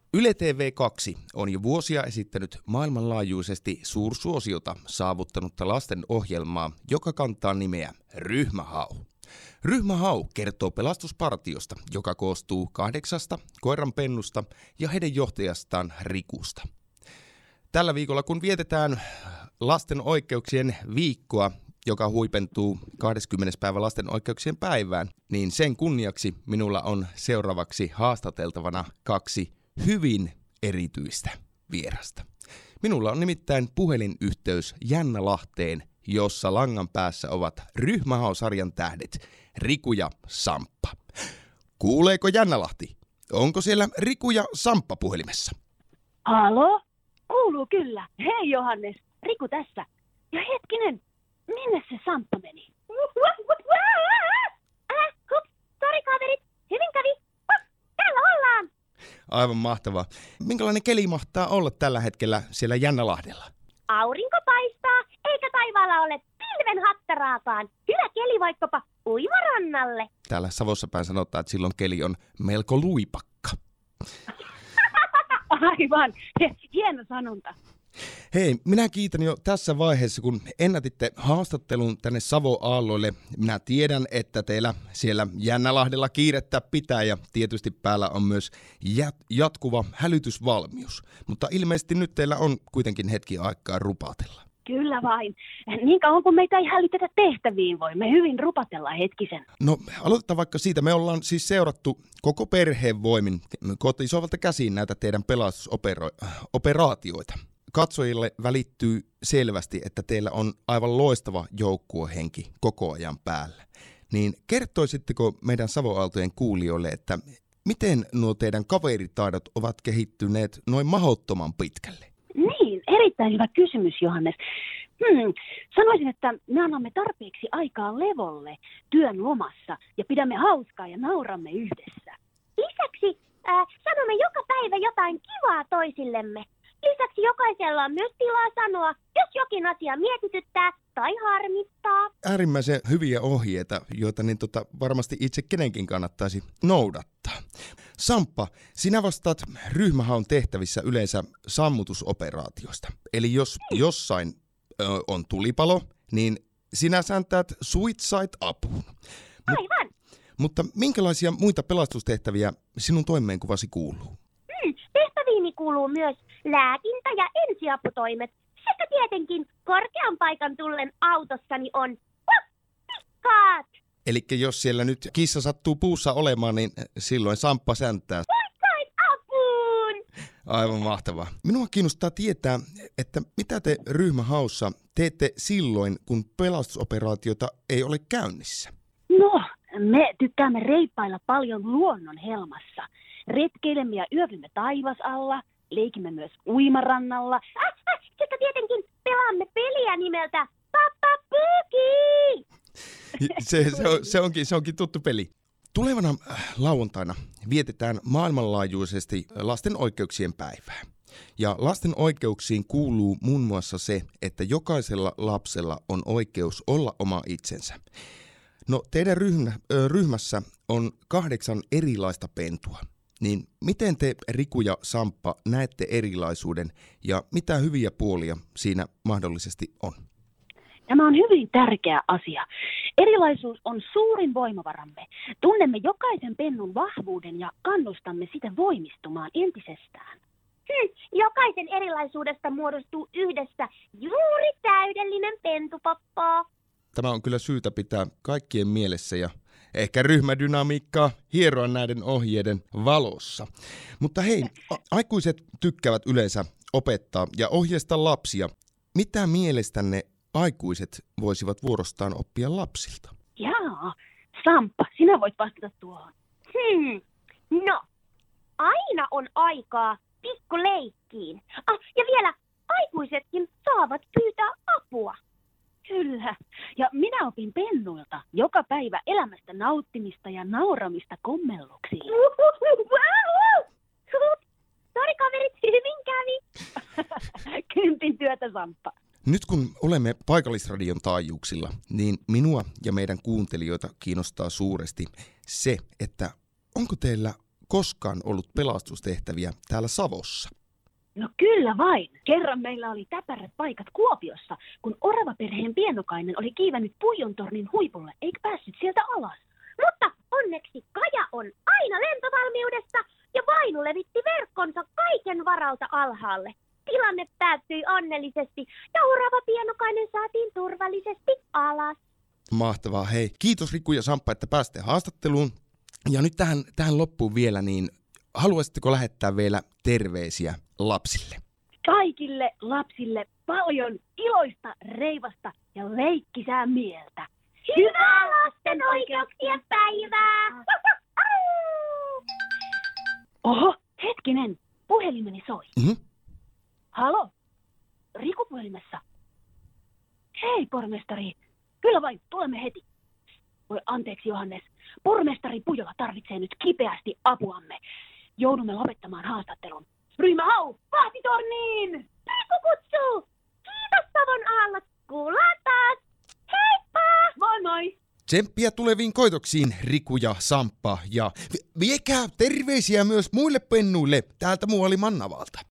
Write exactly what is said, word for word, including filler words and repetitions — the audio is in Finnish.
Yle T V kaksi on jo vuosia esittänyt maailmanlaajuisesti suursuosiota saavuttanutta lasten ohjelmaa, joka kantaa nimeä Ryhmähau. Ryhmähau kertoo pelastuspartiosta, joka koostuu kahdeksasta koiranpennusta ja heidän johtajastaan Rikusta. Tällä viikolla, kun vietetään lasten oikeuksien viikkoa, joka huipentuu kahdeskymmenes päivä lasten oikeuksien päivään, niin sen kunniaksi minulla on seuraavaksi haastateltavana kaksi hyvin erityistä vierasta. Minulla on nimittäin puhelinyhteys Jännälahteen, jossa langan päässä ovat Ryhmähau-sarjan tähdet Riku ja Samppa. Kuuleeko Jännälahti? Onko siellä Riku ja Samppa puhelimessa? Halo? Kuuluu kyllä. Hei Johannes, Riku tässä. Ja hetkinen, minne se Samppa meni? Äh, hups, sori kaverit, hyvin kävi. Hup, täällä ollaan. Aivan mahtavaa. Minkälainen keli mahtaa olla tällä hetkellä siellä Jännälahdella? Aurinko paistaa, eikä taivaalla ole pilven hattaraakaan. Hyvä keli vaikkapa uimarannalle. Täällä Savossa päin sanotaan, että silloin keli on melko luipakka. Aivan, hieno sanonta. Hei, minä kiitän jo tässä vaiheessa, kun ennätitte haastattelun tänne Savo-aalloille. Minä tiedän, että teillä siellä Jännälahdella kiirettä pitää ja tietysti päällä on myös jat- jatkuva hälytysvalmius. Mutta ilmeisesti nyt teillä on kuitenkin hetki aikaa rupatella. Kyllä vain. Niin kauan kun meitä ei hälytetä tehtäviin, voimme hyvin rupatella hetkisen. No aloitetaan vaikka siitä. Me ollaan siis seurattu koko perheen voimin kotisovalta käsiin näitä teidän pelastusoperaatioita. Katsojille välittyy selvästi, että teillä on aivan loistava joukkuehenki koko ajan päällä. Niin kertoisitteko meidän Savo-aaltojen kuulijoille, että miten nuo teidän kaveritaidot ovat kehittyneet noin mahdottoman pitkälle? Niin, erittäin hyvä kysymys, Johannes. Hmm, sanoisin, että me annamme tarpeeksi aikaa levolle työn lomassa ja pidämme hauskaa ja nauramme yhdessä. Lisäksi äh, sanomme joka päivä jotain kivaa toisillemme. Lisäksi jokaisella on myös tilaa sanoa, jos jokin asia mietityttää tai harmittaa. Äärimmäisen hyviä ohjeita, joita niin tota, varmasti itse kenenkin kannattaisi noudattaa. Samppa, sinä vastaat Ryhmähaun tehtävissä yleensä sammutusoperaatiosta. Eli jos jossain ö, on tulipalo, niin sinä sääntäät suitsait-apuun. Aivan. Mut, mutta minkälaisia muita pelastustehtäviä sinun toimeenkuvasi kuuluu? Hmm, tehtäviini kuuluu myös lääkintä- ja ensiaputoimet. Sekä tietenkin korkean paikan tullen autossani on pikkaat. Elikkä jos siellä nyt kissa sattuu puussa olemaan, niin silloin Samppa säntää. Suitsait apuun! Aivan mahtavaa. Minua kiinnostaa tietää, että mitä te Ryhmähaussa teette silloin, kun pelastusoperaatiota ei ole käynnissä? No, me tykkäämme reippailla paljon luonnon helmassa. Retkeilemme ja yövymme taivasalla, leikimme myös uimarannalla. Äh, äh, sekä tietenkin pelaamme peliä nimeltä Pappa Pookie! Se, se, on, se, onkin, se onkin tuttu peli. Tulevana lauantaina vietetään maailmanlaajuisesti lasten oikeuksien päivää. Ja lasten oikeuksiin kuuluu muun muassa se, että jokaisella lapsella on oikeus olla oma itsensä. No teidän ryhmä, ryhmässä on kahdeksan erilaista pentua. Niin miten te, Riku ja Samppa, näette erilaisuuden ja mitä hyviä puolia siinä mahdollisesti on? Tämä on hyvin tärkeä asia. Erilaisuus on suurin voimavaramme. Tunnemme jokaisen pennun vahvuuden ja kannustamme sitä voimistumaan entisestään. Hmm, jokaisen erilaisuudesta muodostuu yhdessä juuri täydellinen pentupappa. Tämä on kyllä syytä pitää kaikkien mielessä ja ehkä ryhmädynamiikkaa hieroa näiden ohjeiden valossa. Mutta hei, a- aikuiset tykkäävät yleensä opettaa ja ohjeistaa lapsia. Mitä mielestänne aikuiset voisivat vuorostaan oppia lapsilta? Jaa, Samppa, sinä voit vastata tuohon. Hmm, no, aina on aikaa pikkuleikkiin. Ah, ja vielä aikuisetkin saavat pyytää apua. Kyllä. Ja minä opin pennuilta joka päivä elämästä nauttimista ja nauramista kommelluksille. Sori kaverit, hyvin kävi. Kympin työtä, Samppa. Nyt kun olemme paikallisradion taajuuksilla, niin minua ja meidän kuuntelijoita kiinnostaa suuresti se, että onko teillä koskaan ollut pelastustehtäviä täällä Savossa? No kyllä vain. Kerran meillä oli täpärät paikat Kuopiossa, kun oravaperheen pienokainen oli kiivennyt Puijontornin huipulle, eikä päässyt sieltä alas. Mutta onneksi Kaja on aina lentovalmiudessa ja Vainu levitti verkkonsa kaiken varalta alhaalle. Tilanne päättyi onnellisesti ja orava pienokainen saatiin turvallisesti alas. Mahtavaa. Hei, kiitos Riku ja Samppa, että pääsitte haastatteluun. Ja nyt tähän, tähän loppuun vielä, niin haluaisitteko lähettää vielä terveisiä lapsille? Kaikille lapsille paljon iloista, reivasta ja leikkisää mieltä. Hyvää lasten oikeuksien päivää! Oho, hetkinen, puhelimeni soi. Mm-hmm. Halo, Riku puhelimessa. Hei pormestari, kyllä vain, tulemme heti. Voi anteeksi Johannes, pormestari Pujola tarvitsee nyt kipeästi apuamme. Joudumme lopettamaan haastattelun. Ryhmä hau, vahtitorniin! Riku kutsuu! Kiitos Savon aallot, kuullaan taas! Heippa! Moi moi! Tsemppiä tuleviin koitoksiin, Riku ja Samppa, ja viekää terveisiä myös muille pennuille täältä muualli Mannavalta.